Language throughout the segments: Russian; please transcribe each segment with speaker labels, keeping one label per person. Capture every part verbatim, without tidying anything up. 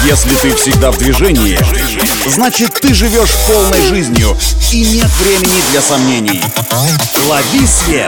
Speaker 1: Если ты всегда в движении, значит ты живешь полной жизнью и нет времени для сомнений. Лови свет!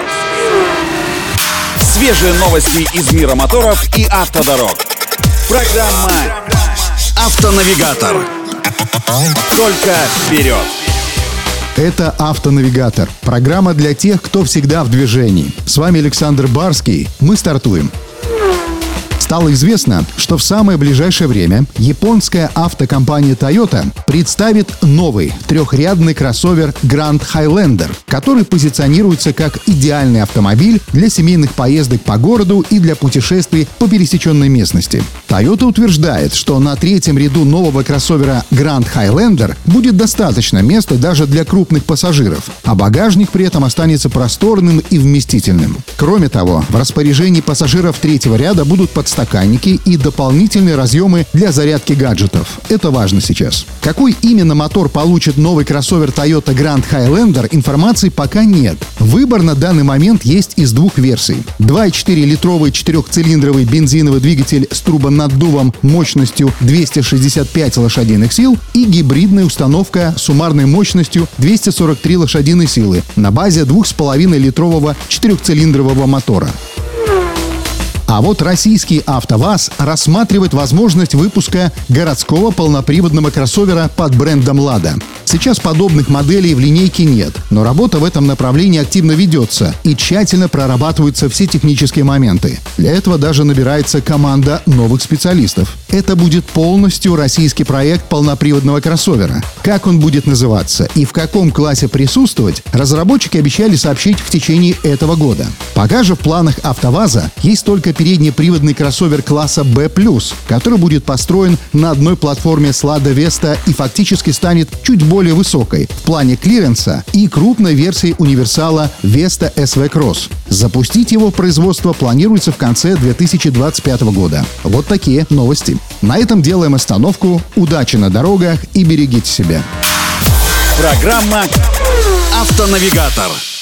Speaker 1: Свежие новости из мира моторов и автодорог. Программа «Автонавигатор». Только вперед!
Speaker 2: Это «Автонавигатор» — программа для тех, кто всегда в движении. С вами Александр Барский. Мы стартуем. Стало известно, что в самое ближайшее время японская автокомпания Toyota представит новый трехрядный кроссовер Grand Highlander, который позиционируется как идеальный автомобиль для семейных поездок по городу и для путешествий по пересеченной местности. Toyota утверждает, что на третьем ряду нового кроссовера Grand Highlander будет достаточно места даже для крупных пассажиров, а багажник при этом останется просторным и вместительным. Кроме того, в распоряжении пассажиров третьего ряда будут подстаканники и дополнительные разъемы для зарядки гаджетов. Это важно сейчас. Какой именно мотор получит новый кроссовер Toyota Grand Highlander, информации пока нет. Выбор на данный момент есть из двух версий. два и четыре литровый четырехцилиндровый бензиновый двигатель с турбонаддувом мощностью двести шестьдесят пять лошадиных сил и гибридная установка с суммарной мощностью двести сорок три лошадиные силы на базе двух с половиной литрового четырехцилиндрового мотора. А вот российский АвтоВАЗ рассматривает возможность выпуска городского полноприводного кроссовера под брендом «Лада». Сейчас подобных моделей в линейке нет, но работа в этом направлении активно ведется и тщательно прорабатываются все технические моменты. Для этого даже набирается команда новых специалистов. Это будет полностью российский проект полноприводного кроссовера. Как он будет называться и в каком классе присутствовать, разработчики обещали сообщить в течение этого года. Пока же в планах АвтоВАЗа есть только переднеприводный кроссовер класса бэ плюс, который будет построен на одной платформе с Lada Vesta и фактически станет чуть более высокой в плане клиренса и крупной версией универсала Vesta эс ви Cross. Запустить его в производство планируется в конце две тысячи двадцать пятого года. Вот такие новости. На этом делаем остановку. Удачи на дорогах и берегите себя.
Speaker 1: Программа «Автонавигатор».